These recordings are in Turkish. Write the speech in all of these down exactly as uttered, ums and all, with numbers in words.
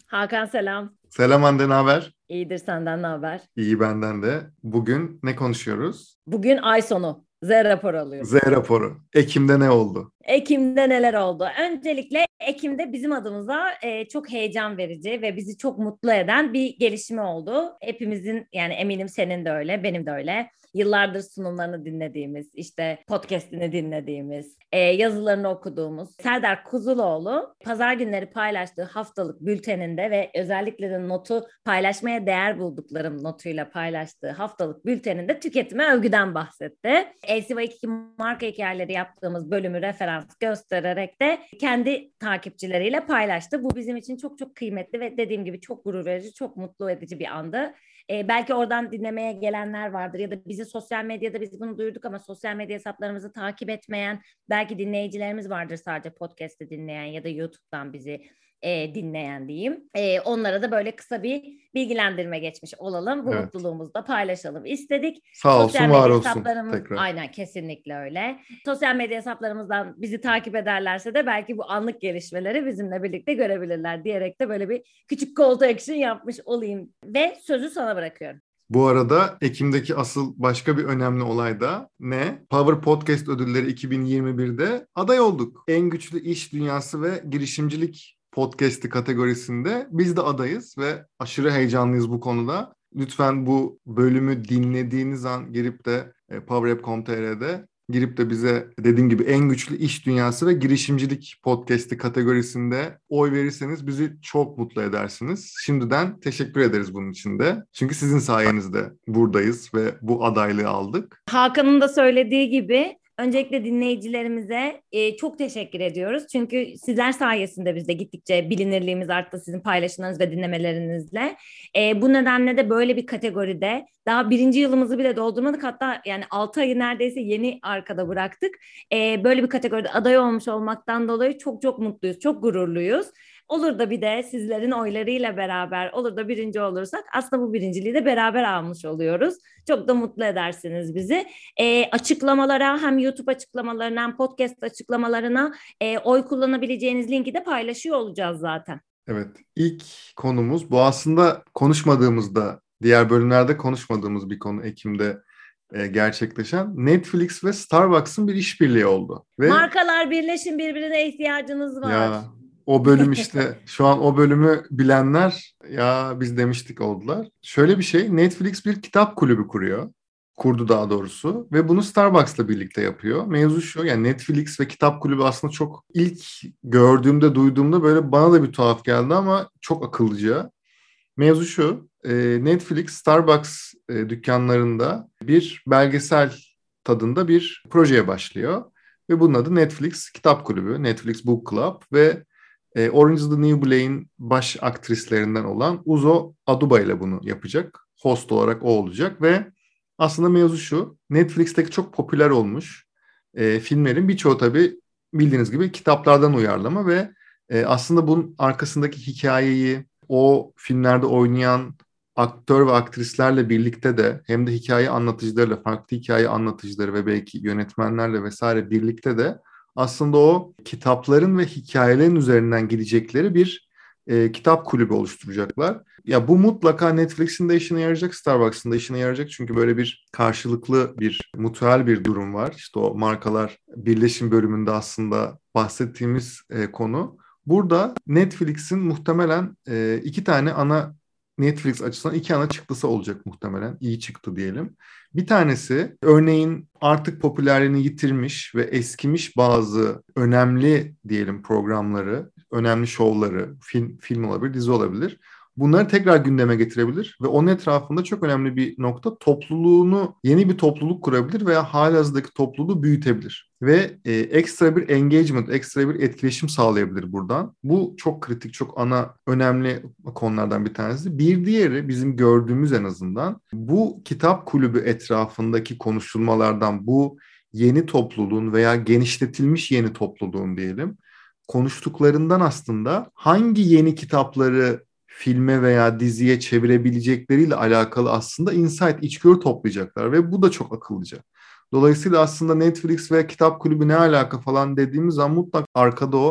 Hakan selam. Selam Hande, ne haber? İyidir senden ne haber? İyi benden de. Bugün ne konuşuyoruz? Bugün ay sonu. Z rapor Z alıyoruz. raporu. Ekim'de ne oldu? Ekim'de neler oldu? Öncelikle Ekim'de bizim adımıza e, çok heyecan verici ve bizi çok mutlu eden bir gelişme oldu. Hepimizin yani eminim senin de öyle, benim de öyle. Yıllardır sunumlarını dinlediğimiz, işte podcast'ini dinlediğimiz, e, yazılarını okuduğumuz Serdar Kuzuloğlu pazar günleri paylaştığı haftalık bülteninde ve özellikle de notu paylaşmaya değer bulduklarım notuyla paylaştığı haftalık bülteninde tüketime övgüden bahsetti. L C Y iki marka hikayeleri yaptığımız bölümü referans göstererek de kendi takipçileriyle paylaştı. Bu bizim için çok çok kıymetli ve dediğim gibi çok gurur verici, çok mutlu edici bir andı. Ee, belki oradan dinlemeye gelenler vardır ya da bizi sosyal medyada biz bunu duyduk ama sosyal medya hesaplarımızı takip etmeyen belki dinleyicilerimiz vardır, sadece podcast'ı dinleyen ya da YouTube'dan bizi e, dinleyen diyeyim. E, onlara da böyle kısa bir bilgilendirme geçmiş olalım. Bu Evet. mutluluğumuzu da paylaşalım istedik. Sağ Sosyal olsun, var medya olsun hesaplarımız tekrar. aynen kesinlikle öyle. Sosyal medya hesaplarımızdan bizi takip ederlerse de belki bu anlık gelişmeleri bizimle birlikte görebilirler diyerek de böyle bir küçük call to action yapmış olayım ve sözü sana bırakıyorum. Bu arada Ekim'deki asıl başka bir önemli olay da ne? Power Podcast Ödülleri iki bin yirmi birde aday olduk. En güçlü iş dünyası ve girişimcilik podcast'i kategorisinde biz de adayız ve aşırı heyecanlıyız bu konuda. Lütfen bu bölümü dinlediğiniz an girip de e, power app nokta com nokta tr'de girip de bize dediğim gibi en güçlü iş dünyası ve girişimcilik podcast'i kategorisinde oy verirseniz bizi çok mutlu edersiniz. Şimdiden teşekkür ederiz bunun için de. Çünkü sizin sayenizde buradayız ve bu adaylığı aldık. Hakan'ın da söylediği gibi öncelikle dinleyicilerimize e, çok teşekkür ediyoruz. Çünkü sizler sayesinde biz de gittikçe bilinirliğimiz arttı sizin paylaşımlarınız ve dinlemelerinizle. E, bu nedenle de böyle bir kategoride daha birinci yılımızı bile doldurmadık. Hatta yani altı ayı neredeyse yeni arkada bıraktık. E, böyle bir kategoride aday olmuş olmaktan dolayı çok çok mutluyuz, çok gururluyuz. Olur da bir de sizlerin oylarıyla beraber olur da birinci olursak aslında bu birinciliği de beraber almış oluyoruz. Çok da mutlu edersiniz bizi. E, açıklamalara hem YouTube açıklamalarına hem podcast açıklamalarına e, oy kullanabileceğiniz linki de paylaşıyor olacağız zaten. Evet, ilk konumuz bu, aslında konuşmadığımızda, diğer bölümlerde konuşmadığımız bir konu Ekim'de e, gerçekleşen Netflix ve Starbucks'ın bir işbirliği oldu. Ve Markalar birleşin, birbirine ihtiyacınız var. ya o bölüm işte şu an o bölümü bilenler ya biz demiştik oldular. Şöyle bir şey, Netflix bir kitap kulübü kuruyor. Kurdu daha doğrusu ve bunu Starbucks'la birlikte yapıyor. Mevzu şu, yani Netflix ve kitap kulübü aslında çok ilk gördüğümde duyduğumda böyle bana da bir tuhaf geldi ama çok akıllıca. Mevzu şu, e, Netflix Starbucks e, dükkanlarında bir belgesel tadında bir projeye başlıyor. Ve bunun adı Netflix Kitap Kulübü, Netflix Book Club ve e, Orange is the New Black'in baş aktrislerinden olan Uzo Aduba ile bunu yapacak. Host olarak o olacak ve aslında mevzu şu, Netflix'teki çok popüler olmuş e, filmlerin birçoğu tabii bildiğiniz gibi kitaplardan uyarlama ve e, aslında bunun arkasındaki hikayeyi o filmlerde oynayan aktör ve aktrislerle birlikte de hem de hikaye anlatıcılarıyla, farklı hikaye anlatıcıları ve belki yönetmenlerle vesaire birlikte de aslında o kitapların ve hikayelerin üzerinden gidecekleri bir e, kitap kulübü oluşturacaklar. Ya bu mutlaka Netflix'in de işine yarayacak, Starbucks'ın da işine yarayacak. Çünkü böyle bir karşılıklı bir mutual bir durum var. İşte o markalar birleşim bölümünde aslında bahsettiğimiz e, konu. Burada Netflix'in muhtemelen e, iki tane ana Netflix açısından iki ana çıktısı olacak muhtemelen. İyi çıktı diyelim. Bir tanesi örneğin artık popülerliğini yitirmiş ve eskimiş bazı önemli diyelim programları, önemli şovları, film, film olabilir, dizi olabilir. Bunları tekrar gündeme getirebilir ve onun etrafında çok önemli bir nokta, topluluğunu, yeni bir topluluk kurabilir veya halihazırdaki topluluğu büyütebilir. Ve e, ekstra bir engagement, ekstra bir etkileşim sağlayabilir buradan. Bu çok kritik, çok ana, önemli konulardan bir tanesi. Bir diğeri bizim gördüğümüz en azından bu kitap kulübü etrafındaki konuşulmalardan bu yeni topluluğun veya genişletilmiş yeni topluluğun diyelim konuştuklarından aslında hangi yeni kitapları filme veya diziye çevirebilecekleriyle alakalı aslında insight, içgörü toplayacaklar ve bu da çok akıllıca. Dolayısıyla aslında Netflix ve kitap kulübü ne alaka falan dediğimiz zaman mutlaka arkada o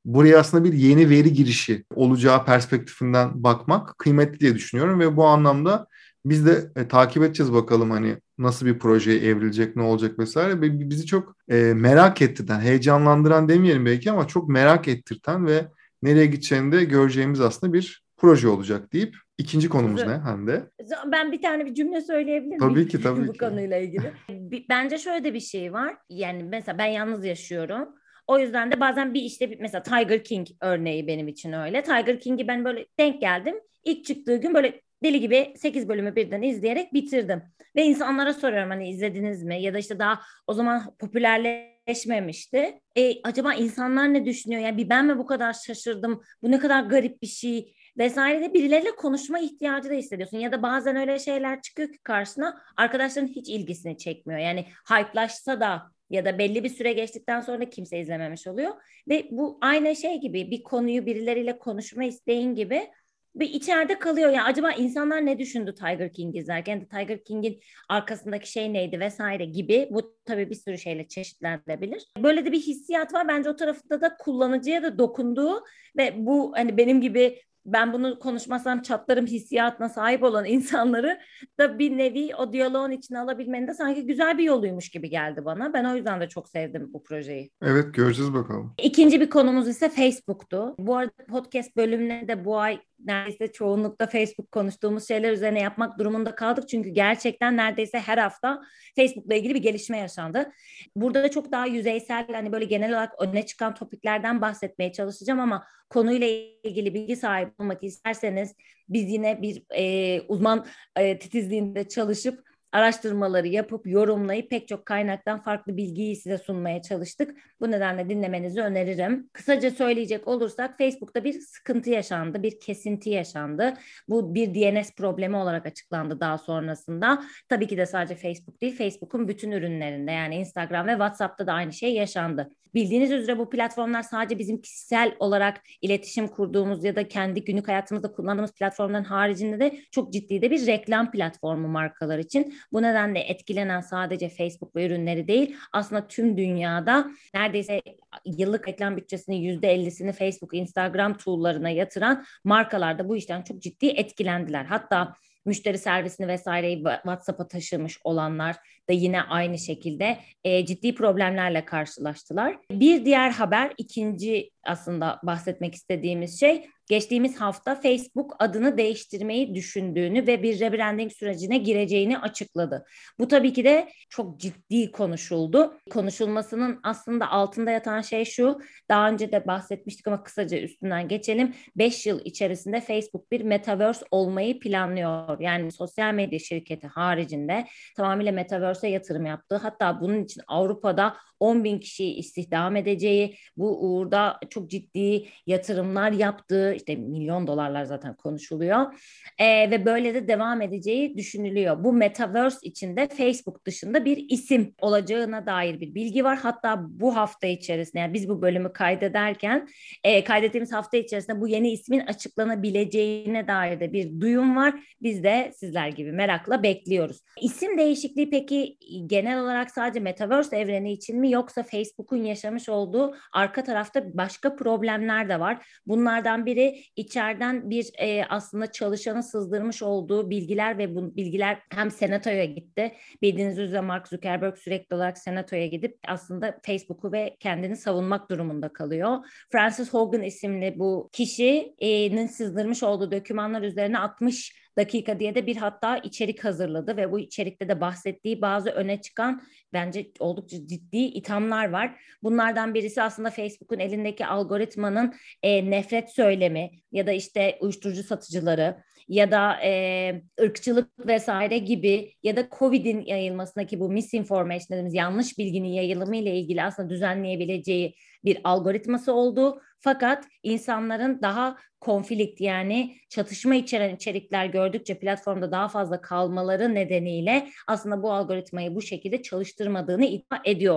buraya aslında bir yeni veri girişi olacağı perspektifinden bakmak kıymetli diye düşünüyorum ve bu anlamda biz de e, takip edeceğiz bakalım hani nasıl bir projeye evrilecek, ne olacak vesaire. Ve bizi çok e, merak ettirten, heyecanlandıran demeyelim belki ama çok merak ettirten ve nereye gideceğini de göreceğimiz aslında bir proje olacak deyip ikinci konumuz ne Hande? Ben bir tane bir cümle söyleyebilir miyim? Tabii ki tabii bu ki. konuyla ilgili? Bence şöyle de bir şey var. Yani mesela ben yalnız yaşıyorum. O yüzden de bazen bir işte mesela Tiger King örneği benim için öyle. Tiger King'i ben böyle denk geldim. İlk çıktığı gün böyle deli gibi sekiz bölümü birden izleyerek bitirdim. Ve insanlara soruyorum hani izlediniz mi? Ya da işte daha o zaman popülerleşmemişti. E, acaba insanlar ne düşünüyor? Yani bir ben mi bu kadar şaşırdım? Bu ne kadar garip bir şey vesaire de birileriyle konuşma ihtiyacı da hissediyorsun. Ya da bazen öyle şeyler çıkıyor ki karşına arkadaşların hiç ilgisini çekmiyor. Yani hype'laşsa da ya da belli bir süre geçtikten sonra kimse izlememiş oluyor. Ve bu aynı şey gibi bir konuyu birileriyle konuşma isteğin gibi bir içeride kalıyor. Yani acaba insanlar ne düşündü Tiger King izlerken? Tiger King'in arkasındaki şey neydi vesaire gibi. Bu tabii bir sürü şeyle çeşitlenebilir. Böyle de bir hissiyat var. Bence o tarafta da kullanıcıya da dokunduğu ve bu hani benim gibi ben bunu konuşmasam çatlarım hissiyatına sahip olan insanları da bir nevi o diyaloğun içine alabilmenin de sanki güzel bir yoluymuş gibi geldi bana. Ben o yüzden de çok sevdim bu projeyi. Evet, göreceğiz bakalım. İkinci bir konumuz ise Facebook'tu. Bu arada podcast bölümüne de bu ay neredeyse çoğunlukla Facebook konuştuğumuz şeyler üzerine yapmak durumunda kaldık. Çünkü gerçekten neredeyse her hafta Facebook'la ilgili bir gelişme yaşandı. Burada da çok daha yüzeysel hani böyle genel olarak öne çıkan topiklerden bahsetmeye çalışacağım ama konuyla ilgili bilgi sahibi olmak isterseniz biz yine bir e, uzman e, titizliğinde çalışıp araştırmaları yapıp yorumlayıp pek çok kaynaktan farklı bilgiyi size sunmaya çalıştık. Bu nedenle dinlemenizi öneririm. Kısaca söyleyecek olursak Facebook'ta bir sıkıntı yaşandı, bir kesinti yaşandı. Bu bir D N S problemi olarak açıklandı daha sonrasında. Tabii ki de sadece Facebook değil, Facebook'un bütün ürünlerinde yani Instagram ve WhatsApp'ta da aynı şey yaşandı. Bildiğiniz üzere bu platformlar sadece bizim kişisel olarak iletişim kurduğumuz ya da kendi günlük hayatımızda kullandığımız platformların haricinde de çok ciddi de bir reklam platformu markalar için. Bu nedenle etkilenen sadece Facebook ve ürünleri değil, aslında tüm dünyada neredeyse yıllık reklam bütçesinin yüzde ellisini Facebook, Instagram tool'larına yatıran markalar da bu işten çok ciddi etkilendiler. Hatta müşteri servisini vesaireyi WhatsApp'a taşımış olanlar da yine aynı şekilde e, ciddi problemlerle karşılaştılar. Bir diğer haber, ikinci aslında bahsetmek istediğimiz şey, geçtiğimiz hafta Facebook adını değiştirmeyi düşündüğünü ve bir rebranding sürecine gireceğini açıkladı. Bu tabii ki de çok ciddi konuşuldu. Konuşulmasının aslında altında yatan şey şu, daha önce de bahsetmiştik ama kısaca üstünden geçelim. beş yıl içerisinde Facebook bir metaverse olmayı planlıyor. Yani sosyal medya şirketi haricinde tamamıyla metaverse'e yatırım yaptığı, hatta bunun için Avrupa'da on bin kişiyi istihdam edeceği, bu uğurda çok ciddi yatırımlar yaptığı, işte milyon dolarlar zaten konuşuluyor ee, ve böyle de devam edeceği düşünülüyor. Bu metaverse içinde Facebook dışında bir isim olacağına dair bir bilgi var. Hatta bu hafta içerisinde, yani biz bu bölümü kaydederken e, kaydettiğimiz hafta içerisinde bu yeni ismin açıklanabileceğine dair de bir duyum var. Biz de sizler gibi merakla bekliyoruz. İsim değişikliği peki genel olarak sadece metaverse evreni için mi, yoksa Facebook'un yaşamış olduğu arka tarafta başka problemler de var? Bunlardan biri içeriden bir e, aslında çalışanı sızdırmış olduğu bilgiler ve bu bilgiler hem senatoya gitti. Bildiğiniz üzere Mark Zuckerberg sürekli olarak senatoya gidip aslında Facebook'u ve kendini savunmak durumunda kalıyor. Frances Hogan isimli bu kişinin sızdırmış olduğu dokümanlar üzerine altmış dakika diye de bir hatta içerik hazırladı ve bu içerikte de bahsettiği bazı öne çıkan bence oldukça ciddi ithamlar var. Bunlardan birisi aslında Facebook'un elindeki algoritmanın e, nefret söylemi ya da işte uyuşturucu satıcıları ya da e, ırkçılık vesaire gibi ya da Covid'in yayılmasındaki bu misinformation dediğimiz yanlış bilginin yayılımı ile ilgili aslında düzenleyebileceği bir algoritması oldu. Fakat insanların daha konflikt yani çatışma içeren içerikler gördükçe platformda daha fazla kalmaları nedeniyle aslında bu algoritmayı bu şekilde çalıştırmadığını iddia ediyor.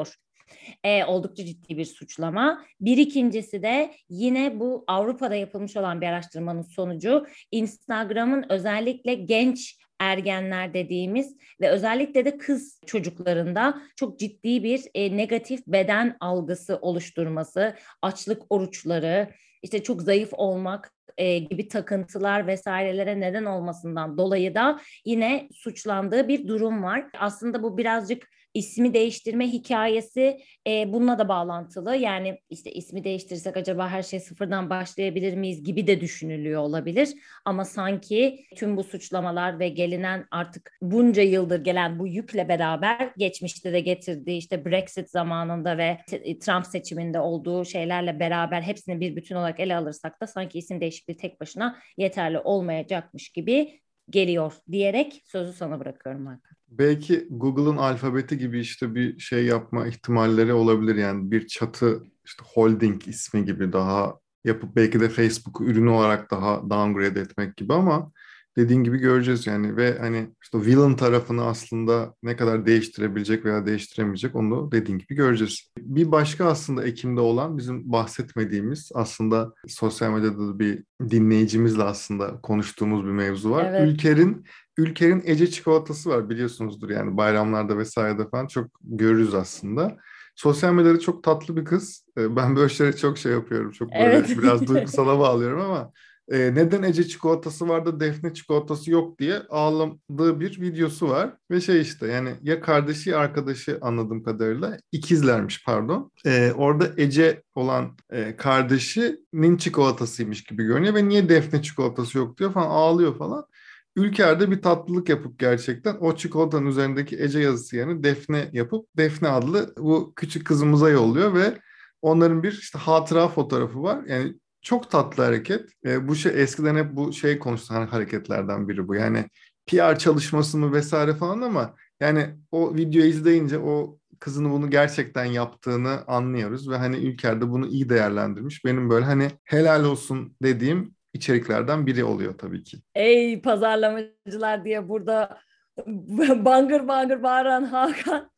E, oldukça ciddi bir suçlama. Bir ikincisi de yine bu Avrupa'da yapılmış olan bir araştırmanın sonucu, Instagram'ın özellikle genç ergenler dediğimiz ve özellikle de kız çocuklarında çok ciddi bir e, negatif beden algısı oluşturması, açlık oruçları, işte çok zayıf olmak e, gibi takıntılar vesairelere neden olmasından dolayı da yine suçlandığı bir durum var. Aslında bu birazcık ismi değiştirme hikayesi e, bununla da bağlantılı. Yani işte ismi değiştirsek acaba her şey sıfırdan başlayabilir miyiz gibi de düşünülüyor olabilir. Ama sanki tüm bu suçlamalar ve gelinen artık bunca yıldır gelen bu yükle beraber geçmişte de getirdiği işte Brexit zamanında ve Trump seçiminde olduğu şeylerle beraber hepsini bir bütün olarak ele alırsak da sanki isim değişikliği tek başına yeterli olmayacakmış gibi geliyor diyerek sözü sana bırakıyorum Hakan. Belki Google'ın alfabeti gibi işte bir şey yapma ihtimalleri olabilir. Yani bir çatı işte holding ismi gibi daha yapıp belki de Facebook ürünü olarak daha downgrade etmek gibi ama dediğin gibi göreceğiz yani ve hani işte villain tarafını aslında ne kadar değiştirebilecek veya değiştiremeyecek onu dediğin gibi göreceğiz. Bir başka aslında Ekim'de olan bizim bahsetmediğimiz aslında sosyal medyada da bir dinleyicimizle aslında konuştuğumuz bir mevzu var. Evet. Ülker'in Ülker'in Ece çikolatası var biliyorsunuzdur yani bayramlarda vesairede falan çok görürüz aslında. Sosyal medyada çok tatlı bir kız. Ee, Ben böyle şeyleri çok şey yapıyorum. Çok Evet. böyle biraz duygusala bağlıyorum ama e, neden Ece çikolatası var da Defne çikolatası yok diye ağladığı bir videosu var. Ve şey işte yani ya kardeşi ya arkadaşı anladığım kadarıyla ikizlermiş pardon. Ee, orada Ece olan e, kardeşinin çikolatasıymış gibi görünüyor ve niye Defne çikolatası yok diyor falan ağlıyor falan. Ülker'de bir tatlılık yapıp gerçekten o çikolatanın üzerindeki Ece yazısı yerine Defne yapıp Defne adlı bu küçük kızımıza yolluyor ve onların bir işte hatıra fotoğrafı var. Yani çok tatlı hareket. E, bu şey eskiden hep bu şey konuşulan hareketlerden biri bu. Yani P R çalışması mı vesaire falan ama yani o videoyu izleyince o kızını bunu gerçekten yaptığını anlıyoruz ve hani Ülker de bunu iyi değerlendirmiş. Benim böyle hani helal olsun dediğim içeriklerden biri oluyor tabii ki. Ey pazarlamacılar diye burada bangır bangır bağıran Hakan.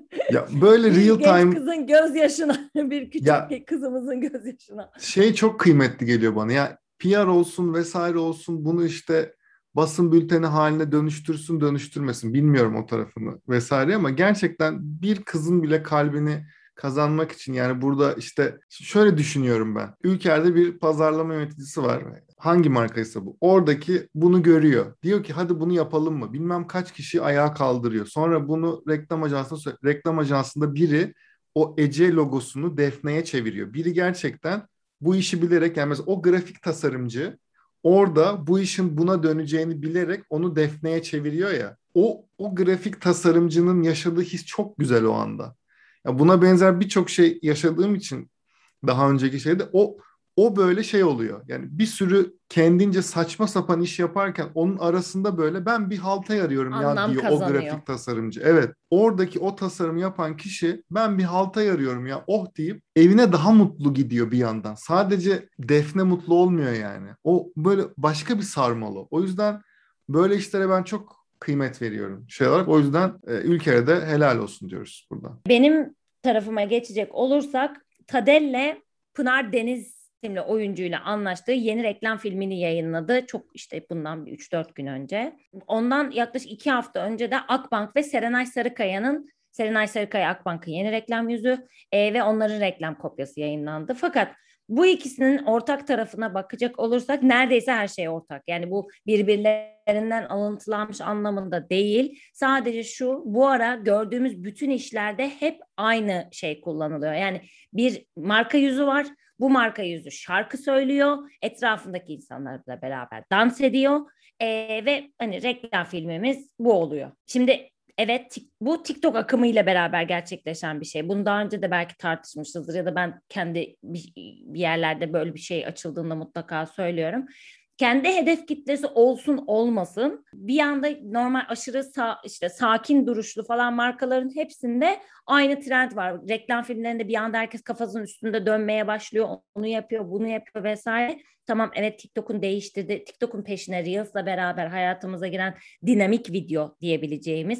Ya böyle Bir real genç time kızın gözyaşına, bir ya küçük kızımızın gözyaşına. şey çok kıymetli geliyor bana. Ya P R olsun vesaire olsun bunu işte basın bülteni haline dönüştürsün dönüştürmesin bilmiyorum o tarafını vesaire ama gerçekten bir kızın bile kalbini kazanmak için yani burada işte şöyle düşünüyorum ben. Ülker'de bir pazarlama yöneticisi var. Hangi markaysa bu. Oradaki bunu görüyor. Diyor ki hadi bunu yapalım mı? Bilmem kaç kişi ayağa kaldırıyor. Sonra bunu reklam ajansına söyle- reklam ajansında biri o Ece logosunu Defne'ye çeviriyor. Biri gerçekten bu işi bilerek yani mesela o grafik tasarımcı orada bu işin buna döneceğini bilerek onu Defne'ye çeviriyor ya. O o grafik tasarımcının yaşadığı his çok güzel o anda. Ya buna benzer birçok şey yaşadığım için daha önceki şeyde o o böyle şey oluyor. Yani bir sürü kendince saçma sapan iş yaparken onun arasında böyle ben bir halta yarıyorum ya Anlam diyor o kazanıyor. grafik tasarımcı. Evet, oradaki o tasarım yapan kişi ben bir halta yarıyorum ya oh deyip evine daha mutlu gidiyor bir yandan. Sadece Defne mutlu olmuyor yani. O böyle başka bir sarmalı. O yüzden böyle işlere ben çok kıymet veriyorum şey olarak. O yüzden e, ülkeye de helal olsun diyoruz burada. Benim tarafıma geçecek olursak Tadelle Pınar Deniz isimli oyuncuyla anlaştığı yeni reklam filmini yayınladı. Çok işte bundan bir üç dört gün önce. Ondan yaklaşık iki hafta önce de Akbank ve Serenay Sarıkaya'nın Serenay Sarıkaya Akbank'ın yeni reklam yüzü e, ve onların reklam kopyası yayınlandı. Fakat bu ikisinin ortak tarafına bakacak olursak neredeyse her şey ortak. Yani bu birbirlerinden alıntılanmış anlamında değil. Sadece şu bu ara gördüğümüz bütün işlerde hep aynı şey kullanılıyor. Yani bir marka yüzü var. Bu marka yüzü şarkı söylüyor. Etrafındaki insanlarla beraber dans ediyor. Ee, ve hani reklam filmimiz bu oluyor. Şimdi evet bu TikTok akımıyla beraber gerçekleşen bir şey. Bunu daha önce de belki tartışmışızdır ya da ben kendi bir, bir yerlerde böyle bir şey açıldığında mutlaka söylüyorum. Kendi hedef kitlesi olsun olmasın bir yanda normal aşırı sa- işte sakin duruşlu falan markaların hepsinde aynı trend var. Reklam filmlerinde bir anda herkes kafasının üstünde dönmeye başlıyor. Onu yapıyor, bunu yapıyor vesaire. Tamam evet TikTok'un değiştirdi. TikTok'un peşine Reels'la beraber hayatımıza giren dinamik video diyebileceğimiz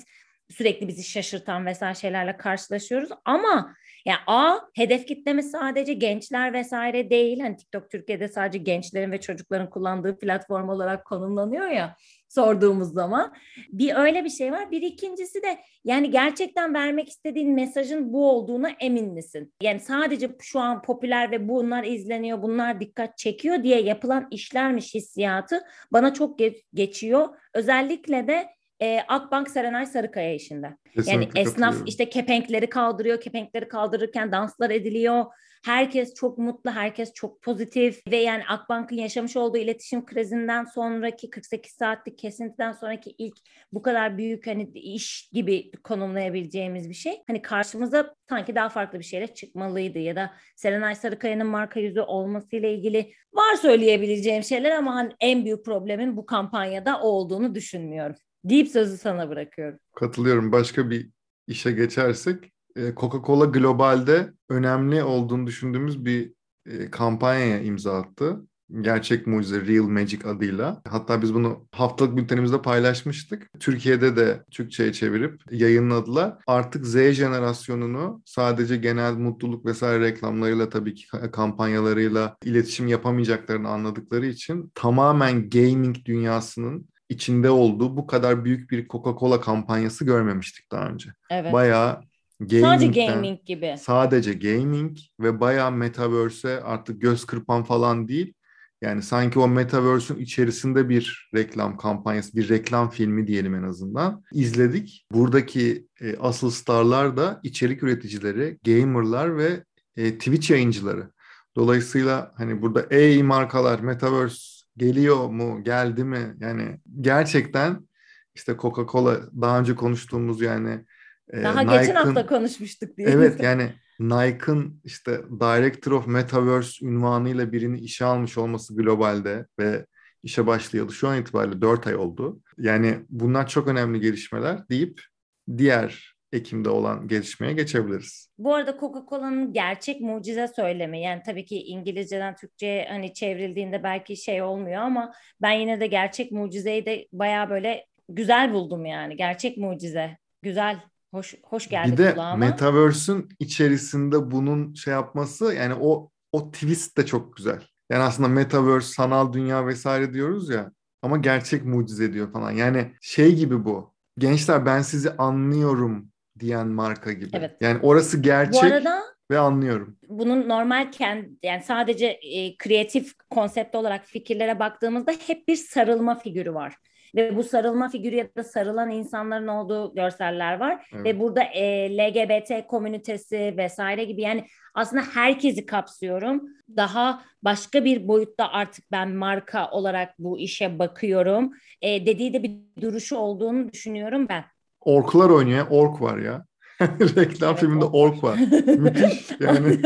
sürekli bizi şaşırtan vesaire şeylerle karşılaşıyoruz. Ama yani A, hedef kitlemiz sadece gençler vesaire değil. Hani TikTok Türkiye'de sadece gençlerin ve çocukların kullandığı platform olarak konumlanıyor ya sorduğumuz zaman. Bir öyle bir şey var. Bir ikincisi de yani gerçekten vermek istediğin mesajın bu olduğuna emin misin? Yani sadece şu an popüler ve bunlar izleniyor, bunlar dikkat çekiyor diye yapılan işlermiş hissiyatı bana çok ge- geçiyor. Özellikle de e, Akbank Serenay Sarıkaya işinde. Yani Kesinlikle esnaf katılıyorum. işte kepenkleri kaldırıyor, kepenkleri kaldırırken danslar ediliyor. Herkes çok mutlu, herkes çok pozitif ve yani Akbank'ın yaşamış olduğu iletişim krizinden sonraki kırk sekiz saatlik kesintiden sonraki ilk bu kadar büyük hani iş gibi konumlayabileceğimiz bir şey. Hani karşımıza sanki daha farklı bir şeyle çıkmalıydı ya da Serenay Sarıkaya'nın marka yüzü olmasıyla ilgili var söyleyebileceğim şeyler ama hani en büyük problemin bu kampanyada o olduğunu düşünmüyorum. Deyip sözü sana bırakıyorum. Katılıyorum. Başka bir işe geçersek, e, Coca-Cola globalde önemli olduğunu düşündüğümüz bir e, kampanyaya imza attı. Gerçek Mucize, Real Magic adıyla. Hatta biz bunu haftalık bültenimizde paylaşmıştık. Türkiye'de de Türkçe'ye çevirip yayınladılar. Artık Z jenerasyonunu sadece genel mutluluk vesaire reklamlarıyla, tabii ki kampanyalarıyla iletişim yapamayacaklarını anladıkları için tamamen gaming dünyasının içinde olduğu bu kadar büyük bir Coca-Cola kampanyası görmemiştik daha önce. Evet. Bayağı Sadece gaming'den, gaming gibi. sadece gaming ve bayağı metaverse'e artık göz kırpan falan değil. Yani sanki o metaverse'ün içerisinde bir reklam kampanyası, bir reklam filmi diyelim en azından. İzledik. Buradaki e, asıl starlar da içerik üreticileri, gamerlar ve e, Twitch yayıncıları. Dolayısıyla hani burada ey markalar, metaverse geliyor mu, geldi mi? Yani gerçekten işte Coca-Cola, daha önce konuştuğumuz yani e, Daha geçen hafta Nike'ın, konuşmuştuk evet diyelim. yani Nike'ın işte Director of Metaverse unvanıyla birini işe almış olması globalde ve işe başlayalı şu an itibariyle dört ay oldu. Yani bunlar çok önemli gelişmeler deyip diğer Ekim'de olan gelişmeye geçebiliriz. Bu arada Coca-Cola'nın gerçek mucize söylemi yani tabii ki İngilizceden Türkçe'ye hani çevrildiğinde belki şey olmuyor ama ben yine de gerçek mucizeyi de bayağı böyle güzel buldum yani. Gerçek mucize. Güzel. Hoş, hoş Bir geldi de kulağıma. Metaverse'ün içerisinde bunun şey yapması, yani o o twist de çok güzel. Yani aslında Metaverse, sanal dünya vesaire diyoruz ya, ama gerçek mucize diyor falan. Yani şey gibi bu. Gençler, ben sizi anlıyorum diyen marka gibi. Evet. Yani orası Bu gerçek arada ve anlıyorum. bunun normalken yani sadece e, kreatif konsept olarak fikirlere baktığımızda hep bir sarılma figürü var. Ve bu sarılma figürü ya da sarılan insanların olduğu görseller var. Evet. Ve burada e, L G B T komünitesi vesaire gibi yani aslında herkesi kapsıyorum. Daha başka bir boyutta artık ben marka olarak bu işe bakıyorum. E, dediği de bir duruşu olduğunu düşünüyorum ben. Orklar oynuyor. Ork var ya. Reklam Evet, filminde ork ork var. var. Müthiş yani.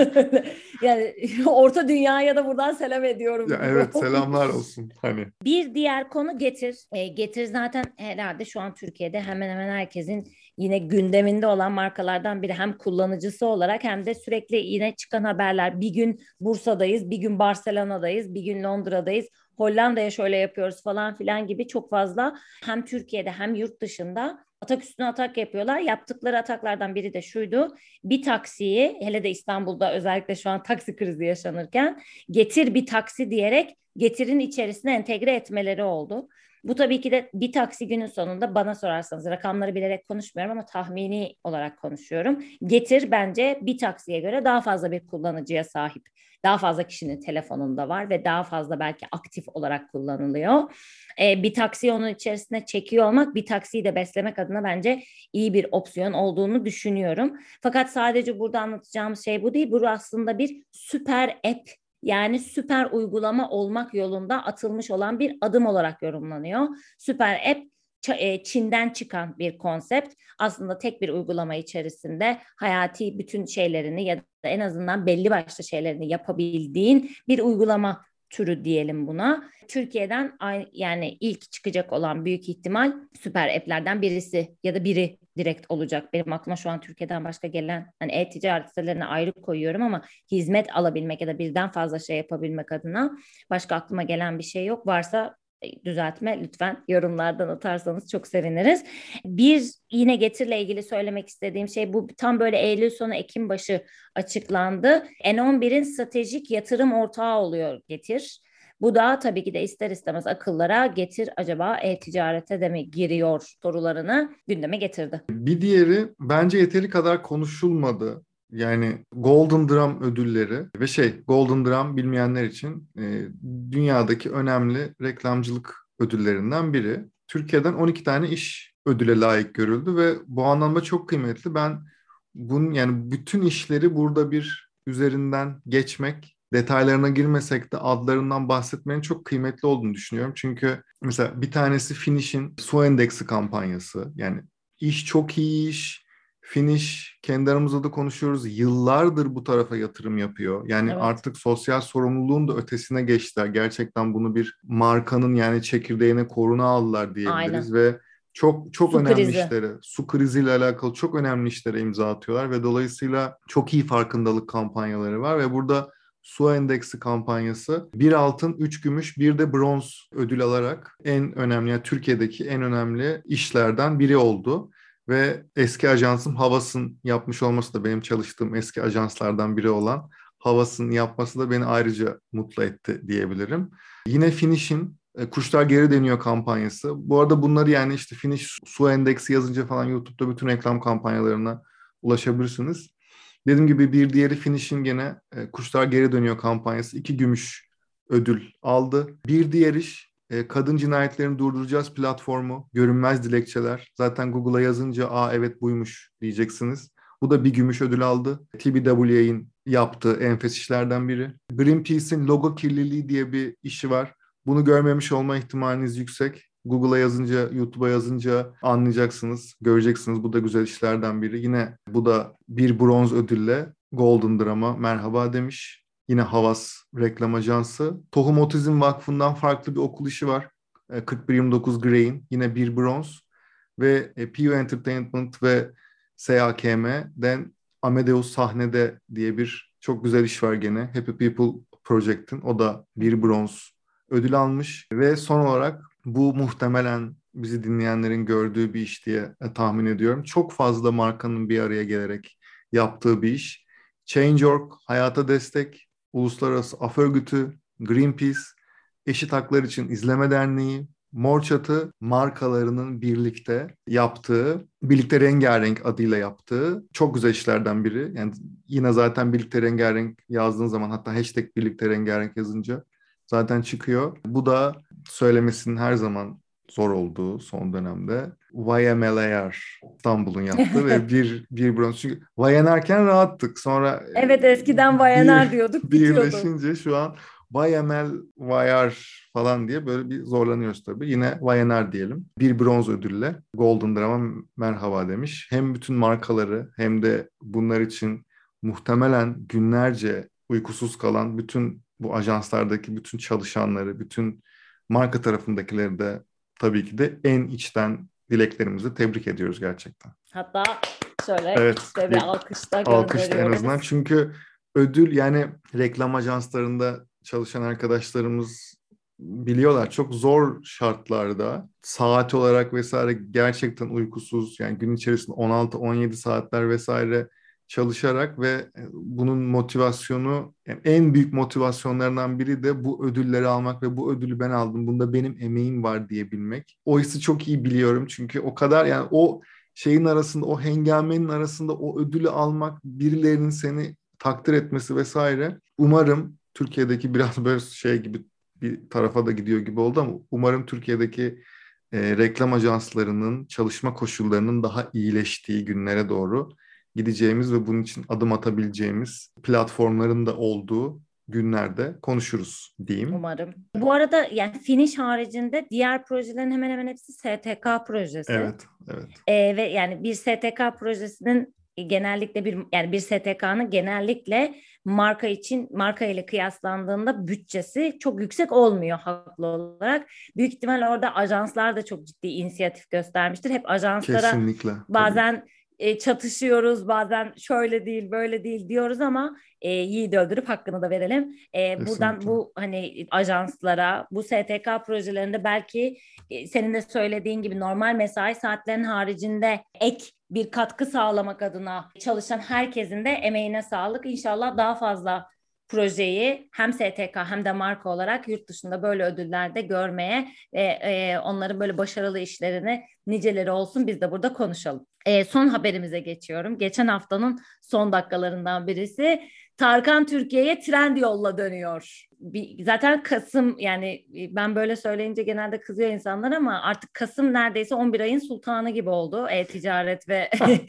Yani Orta Dünya'ya da buradan selam ediyorum Ya gibi evet, olmuş. selamlar olsun. Hani Bir diğer konu Getir. E, Getir zaten herhalde şu an Türkiye'de hemen hemen herkesin yine gündeminde olan markalardan biri. Hem kullanıcısı olarak hem de sürekli yine çıkan haberler. Bir gün Bursa'dayız, bir gün Barcelona'dayız, bir gün Londra'dayız. Hollanda'ya şöyle yapıyoruz falan filan gibi çok fazla hem Türkiye'de hem yurt dışında atak üstüne atak yapıyorlar. Yaptıkları ataklardan biri de şuydu. Bir taksiyi hele de İstanbul'da özellikle şu an taksi krizi yaşanırken getir bir taksi diyerek Getir'in içerisine entegre etmeleri oldu. Bu tabii ki de bir taksi günün sonunda bana sorarsanız rakamları bilerek konuşmuyorum ama tahmini olarak konuşuyorum. Getir bence bir taksiye göre daha fazla bir kullanıcıya sahip. Daha fazla kişinin telefonunda var ve daha fazla belki aktif olarak kullanılıyor. Ee, bir taksiyi onun içerisine çekiyor olmak bir taksiyi de beslemek adına bence iyi bir opsiyon olduğunu düşünüyorum. Fakat sadece burada anlatacağımız şey bu değil. Bu aslında bir süper app yani süper uygulama olmak yolunda atılmış olan bir adım olarak yorumlanıyor. Süper App Çin'den çıkan bir konsept. Aslında tek bir uygulama içerisinde hayati bütün şeylerini ya da en azından belli başlı şeylerini yapabildiğin bir uygulama türü diyelim buna. Türkiye'den yani ilk çıkacak olan büyük ihtimal süper app'lerden birisi ya da biri direkt olacak. Benim aklıma şu an Türkiye'den başka gelen hani e-ticaret sitelerine ayrı koyuyorum ama hizmet alabilmek ya da birden fazla şey yapabilmek adına başka aklıma gelen bir şey yok. Varsa düzeltme lütfen yorumlardan atarsanız çok seviniriz. Bir yine Getir'le ilgili söylemek istediğim şey bu, tam böyle Eylül sonu Ekim başı açıklandı. N on birin stratejik yatırım ortağı oluyor Getir. Bu da tabii ki de ister istemez akıllara Getir acaba e-ticarete de mi giriyor sorularını gündeme getirdi. Bir diğeri bence yeteri kadar konuşulmadı. Yani Golden Drum ödülleri ve şey Golden Drum bilmeyenler için e, dünyadaki önemli reklamcılık ödüllerinden biri. Türkiye'den on iki tane iş ödüle layık görüldü ve bu anlamda çok kıymetli. Ben bunun yani bütün işleri burada bir üzerinden geçmek, detaylarına girmesek de adlarından bahsetmenin çok kıymetli olduğunu düşünüyorum. Çünkü mesela bir tanesi Finish'in su endeksi kampanyası. Yani iş çok iyi iş. Finish, kendi aramızda da konuşuyoruz. Yıllardır bu tarafa yatırım yapıyor. Yani Evet. artık sosyal sorumluluğun da ötesine geçtiler. Gerçekten bunu bir markanın yani çekirdeğine koruna aldılar diyebiliriz Aynen. ve çok çok Su önemli krizi. işlere, su kriziyle alakalı çok önemli işlere imza atıyorlar ve dolayısıyla çok iyi farkındalık kampanyaları var ve burada Su Endeksi kampanyası bir altın, üç gümüş, bir de bronz ödül alarak en önemli, yani Türkiye'deki en önemli işlerden biri oldu. Ve eski ajansım Havas'ın yapmış olması da benim çalıştığım eski ajanslardan biri olan Havas'ın yapması da beni ayrıca mutlu etti diyebilirim. Yine Finish'in e, Kuşlar Geri Dönüyor kampanyası. Bu arada bunları yani işte Finish su endeksi yazınca falan YouTube'da bütün reklam kampanyalarına ulaşabilirsiniz. Dediğim gibi bir diğeri Finish'in gene e, Kuşlar Geri Dönüyor kampanyası. İki gümüş ödül aldı. Bir diğer iş e, kadın cinayetlerini durduracağız platformu. Görünmez dilekçeler. Zaten Google'a yazınca aa evet buymuş diyeceksiniz. Bu da bir gümüş ödül aldı. T B W A'in yaptığı enfes işlerden biri. Greenpeace'in logo kirliliği diye bir işi var. Bunu görmemiş olma ihtimaliniz yüksek. Google'a yazınca, YouTube'a yazınca anlayacaksınız, göreceksiniz. Bu da güzel işlerden biri. Yine bu da bir bronz ödülle Golden Drum'a merhaba demiş. Yine Havas Reklam Ajansı. Tohum Otizm Vakfı'ndan farklı bir okul işi var. kırk bir yirmi dokuz Gray'in yine bir bronz. Ve P U Entertainment ve S A K M'den Amadeus Sahnede diye bir çok güzel iş var gene. Happy People Project'in. O da bir bronz ödül almış. Ve son olarak bu muhtemelen bizi dinleyenlerin gördüğü bir iş diye tahmin ediyorum. Çok fazla markanın bir araya gelerek yaptığı bir iş. Change nokta org, Hayata Destek, Uluslararası Af Örgütü, Greenpeace, Eşit Haklar İçin İzleme Derneği, Mor Çatı markalarının birlikte yaptığı, birlikte rengarenk adıyla yaptığı çok güzel işlerden biri. Yani yine zaten birlikte rengarenk yazdığın zaman, hatta hashtag birlikte rengarenk yazınca zaten çıkıyor. Bu da söylemesinin her zaman zor olduğu son dönemde Y M L A R İstanbul'un yaptığı ve bir, bir bronz. Çünkü Y N R'ken rahattık. Sonra Evet, eskiden bir, Vayaner diyorduk, bitiyordu. birleşince şu an Y M L Y R falan diye böyle bir zorlanıyoruz tabii. Yine Y N R diyelim. Bir bronz ödülle Golden Drum'a merhaba demiş. Hem bütün markaları hem de bunlar için muhtemelen günlerce uykusuz kalan bütün bu ajanslardaki bütün çalışanları, bütün marka tarafındakileri de tabii ki de en içten dileklerimizi tebrik ediyoruz gerçekten. Hatta şöyle Evet, işte bir bir alkış da alkış da en azından. gönderiyoruz. Çünkü ödül, yani reklam ajanslarında çalışan arkadaşlarımız biliyorlar, çok zor şartlarda saat olarak vesaire gerçekten uykusuz, yani gün içerisinde on altı on yedi saatler vesaire çalışarak ve bunun motivasyonu, yani en büyük motivasyonlarından biri de bu ödülleri almak ve bu ödülü ben aldım, bunda benim emeğim var diyebilmek. O hissi çok iyi biliyorum çünkü o kadar, yani o şeyin arasında, o hengamenin arasında o ödülü almak, birilerinin seni takdir etmesi vesaire. Umarım Türkiye'deki biraz böyle şey gibi bir tarafa da gidiyor gibi oldu ama umarım Türkiye'deki e, reklam ajanslarının çalışma koşullarının daha iyileştiği günlere doğru gideceğimiz ve bunun için adım atabileceğimiz platformların da olduğu günlerde konuşuruz diyeyim. Umarım. Bu arada yani Finish haricinde diğer projelerin hemen hemen hepsi S T K projesi. Evet, evet. Ee, ve yani bir S T K projesinin genellikle bir yani bir S T K'nın genellikle marka için marka ile kıyaslandığında bütçesi çok yüksek olmuyor haklı olarak. Büyük ihtimal orada ajanslar da çok ciddi inisiyatif göstermiştir. Hep ajanslara Kesinlikle, tabii ki. bazen e, çatışıyoruz. Bazen şöyle değil, böyle değil diyoruz ama e, yiğidi öldürüp hakkını da verelim. E, buradan Kesinlikle. bu hani ajanslara, bu S T K projelerinde belki e, senin de söylediğin gibi normal mesai saatlerinin haricinde ek bir katkı sağlamak adına çalışan herkesin de emeğine sağlık. İnşallah daha fazla projeyi hem S T K hem de marka olarak yurt dışında böyle ödüllerde görmeye ve e, onların böyle başarılı işlerini niceleri olsun biz de burada konuşalım. E, son haberimize geçiyorum. Geçen haftanın son dakikalarından birisi. Tarkan Türkiye'ye Trendyol'la dönüyor. Bir, zaten Kasım, yani ben böyle söyleyince genelde kızıyor insanlar ama artık Kasım neredeyse on bir ayın sultanı gibi oldu. E-ticaret ve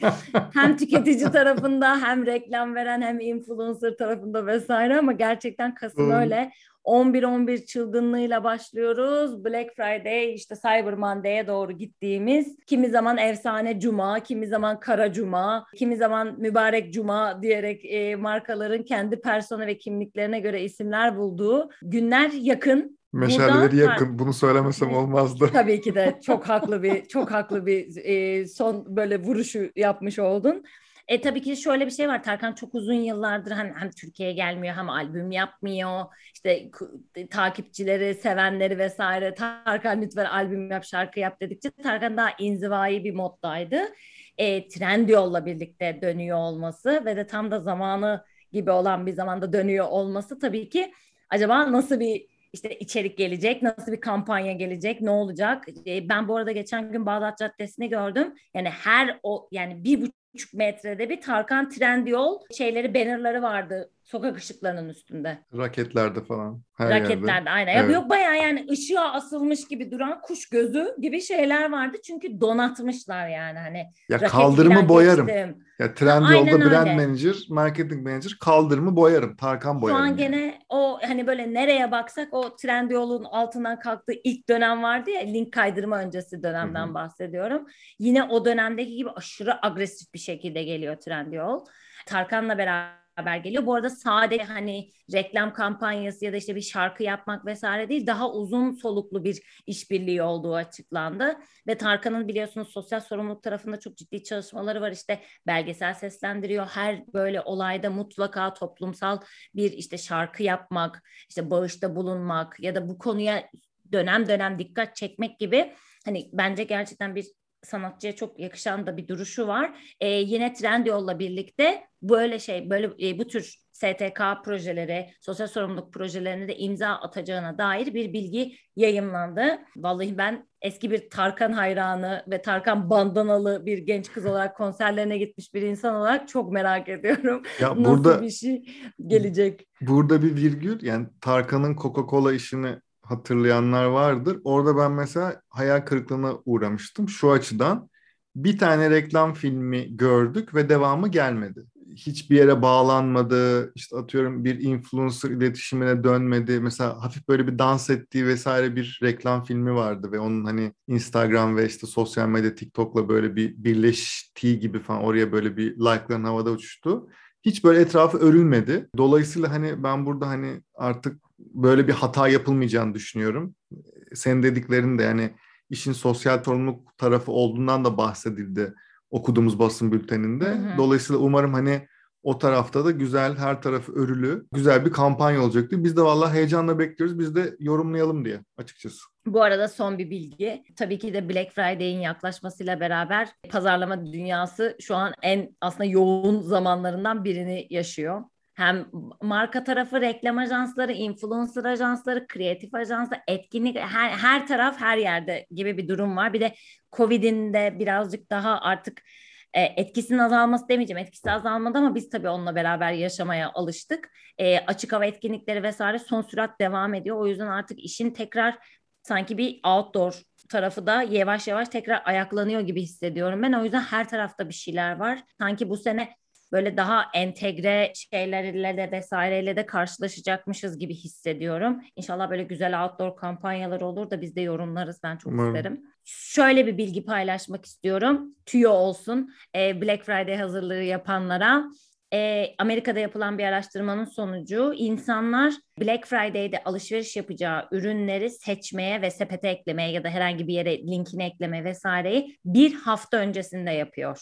hem tüketici tarafında hem reklam veren hem influencer tarafında vesaire, ama gerçekten Kasım Doğru. öyle. on bir on bir çılgınlığıyla başlıyoruz. Black Friday, işte Cyber Monday'e doğru gittiğimiz, kimi zaman efsane cuma, kimi zaman kara cuma, kimi zaman mübarek cuma diyerek e, markaların kendi persona ve kimliklerine göre isimler bulduğu günler yakın. Meşaleleri Burada yakın. Bunu söylemesem Me- olmazdı. tabii ki de çok haklı bir çok haklı bir e, son böyle vuruşu yapmış oldun. E tabii ki şöyle bir şey var. Tarkan çok uzun yıllardır hem, hem Türkiye'ye gelmiyor hem albüm yapmıyor. İşte ku- takipçileri, sevenleri vesaire Tarkan lütfen albüm yap, şarkı yap dedikçe Tarkan daha inzivai bir moddaydı. E, Trendyol'la birlikte dönüyor olması ve de tam da zamanı gibi olan bir zamanda dönüyor olması tabii ki acaba nasıl bir işte içerik gelecek, nasıl bir kampanya gelecek, ne olacak? E, ben bu arada geçen gün Bağdat Caddesi'ni gördüm. Yani her o yani bir buçuk metrede bir Tarkan Trendyol şeyleri, bannerları vardı sokak ışıklarının üstünde. Raketlerde falan. Her yerde. Raketlerde aynen. Ya Evet. yok, bayağı yani ışığa asılmış gibi duran kuş gözü gibi şeyler vardı. Çünkü donatmışlar yani, hani Ya raket kaldırımı filan boyarım. geçtim. Ya Ha, aynen Trendyol'da brand öyle. manager, marketing manager, kaldırımı boyarım. Tarkan Şu boyarım an yani. gene o hani böyle nereye baksak o Trendyol'un altından kalktığı ilk dönem vardı ya, link kaydırma öncesi Hı hı. dönemden bahsediyorum. Yine o dönemdeki gibi aşırı agresif bir şekilde geliyor Trendyol. Tarkan'la beraber geliyor. Bu arada sadece hani reklam kampanyası ya da işte bir şarkı yapmak vesaire değil, daha uzun soluklu bir işbirliği olduğu açıklandı. Ve Tarkan'ın biliyorsunuz sosyal sorumluluk tarafında çok ciddi çalışmaları var. İşte belgesel seslendiriyor. Her böyle olayda mutlaka toplumsal bir işte şarkı yapmak, işte bağışta bulunmak ya da bu konuya dönem dönem dikkat çekmek gibi, hani bence gerçekten bir sanatçıya çok yakışan da bir duruşu var. Ee, yine Trendyol'la birlikte böyle şey böyle e, bu tür S T K projeleri, sosyal sorumluluk projelerine de imza atacağına dair bir bilgi yayımlandı. Vallahi ben eski bir Tarkan hayranı ve Tarkan bandanalı bir genç kız olarak konserlerine gitmiş bir insan olarak çok merak ediyorum. Ya Nasıl bir burada şey gelecek? burada bir virgül, yani Tarkan'ın Coca-Cola işini hatırlayanlar vardır. Orada ben mesela hayal kırıklığına uğramıştım. Şu açıdan, bir tane reklam filmi gördük ve devamı gelmedi. Hiçbir yere bağlanmadı. İşte atıyorum bir influencer iletişimine dönmedi. Mesela hafif böyle bir dans ettiği vesaire bir reklam filmi vardı ve onun hani Instagram ve işte sosyal medya TikTok'la böyle bir birleştiği gibi falan, oraya böyle bir like'ların havada uçuştu. Hiç böyle etrafı örülmedi. Dolayısıyla hani ben burada hani artık böyle bir hata yapılmayacağını düşünüyorum. Senin dediklerin de, yani işin sosyal sorumluluk tarafı olduğundan da bahsedildi okuduğumuz basın Hı bülteninde. hı. Dolayısıyla umarım hani o tarafta da güzel, her tarafı örülü, güzel bir kampanya olacaktır. Biz de vallahi heyecanla bekliyoruz. Biz de yorumlayalım diye açıkçası. Bu arada son bir bilgi. Tabii ki de Black Friday'in yaklaşmasıyla beraber pazarlama dünyası şu an en aslında yoğun zamanlarından birini yaşıyor. Hem marka tarafı, reklam ajansları, influencer ajansları, kreatif ajanslar, etkinlik, her, her taraf her yerde gibi bir durum var. Bir de Covid'in de birazcık daha artık e, etkisinin azalması demeyeceğim. Etkisi azalmadı ama biz tabii onunla beraber yaşamaya alıştık. E, açık hava etkinlikleri vesaire son sürat devam ediyor. O yüzden artık işin tekrar sanki bir outdoor tarafı da yavaş yavaş tekrar ayaklanıyor gibi hissediyorum ben. O yüzden her tarafta bir şeyler var. Sanki bu sene böyle daha entegre şeylerle de vesaireyle de karşılaşacakmışız gibi hissediyorum. İnşallah böyle güzel outdoor kampanyalar olur da biz de yorumlarız. Ben çok Umarım. isterim. Şöyle bir bilgi paylaşmak istiyorum. Tüyo olsun. Ee, Black Friday hazırlığı yapanlara. Ee, Amerika'da yapılan bir araştırmanın sonucu, insanlar Black Friday'de alışveriş yapacağı ürünleri seçmeye ve sepete eklemeye ya da herhangi bir yere linkini ekleme vesaireyi bir hafta öncesinde yapıyor.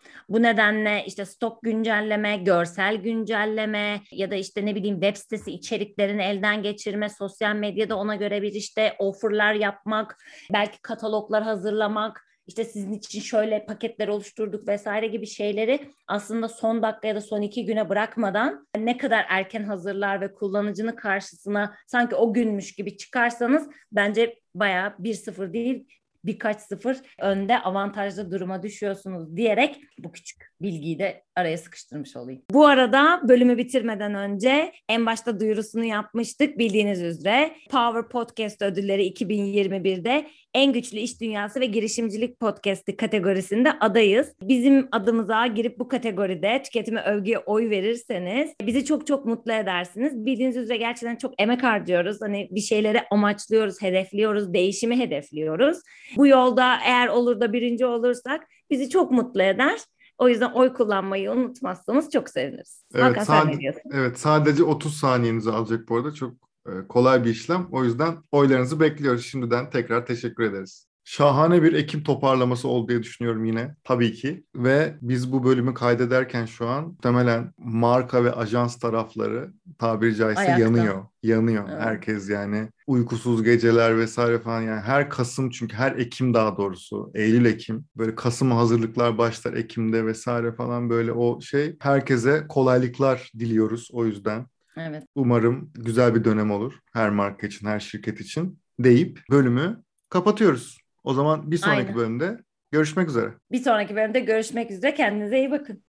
Bu nedenle işte stok güncelleme, görsel güncelleme ya da işte ne bileyim web sitesi içeriklerini elden geçirme, sosyal medyada ona göre bir işte offerlar yapmak, belki kataloglar hazırlamak, işte sizin için şöyle paketler oluşturduk vesaire gibi şeyleri aslında son dakika ya da son iki güne bırakmadan ne kadar erken hazırlar ve kullanıcının karşısına sanki o günmüş gibi çıkarsanız bence bayağı bir sıfır değil birkaç sıfır önde avantajlı duruma düşüyorsunuz diyerek bu küçük bilgiyi de araya sıkıştırmış olayım. Bu arada bölümü bitirmeden önce en başta duyurusunu yapmıştık bildiğiniz üzere. Power Podcast ödülleri iki bin yirmi birde en güçlü iş dünyası ve girişimcilik podcast'i kategorisinde adayız. Bizim adımıza girip bu kategoride tüketime övgüye oy verirseniz bizi çok çok mutlu edersiniz. Bildiğiniz üzere gerçekten çok emek harcıyoruz. Hani bir şeyleri amaçlıyoruz, hedefliyoruz, değişimi hedefliyoruz. Bu yolda eğer olur da birinci olursak bizi çok mutlu eder. O yüzden oy kullanmayı unutmazsanız çok seviniriz. Evet, Hakan sen ne sad- diyorsun? evet sadece otuz saniyenizi alacak bu arada. Çok e, kolay bir işlem. O yüzden oylarınızı bekliyoruz. Şimdiden tekrar teşekkür ederiz. Şahane bir Ekim toparlaması oldu diye düşünüyorum yine. Tabii ki. Ve biz bu bölümü kaydederken şu an muhtemelen marka ve ajans tarafları tabiri caizse Ayakta. yanıyor. Yanıyor. Evet. Herkes yani uykusuz geceler vesaire falan yani her Kasım çünkü her Ekim daha doğrusu Eylül Ekim böyle Kasım hazırlıklar başlar Ekim'de vesaire falan böyle o şey herkese kolaylıklar diliyoruz o yüzden. Evet. Umarım güzel bir dönem olur her marka için, her şirket için deyip bölümü kapatıyoruz. O zaman bir sonraki Aynen. bölümde görüşmek üzere. Bir sonraki bölümde görüşmek üzere. Kendinize iyi bakın.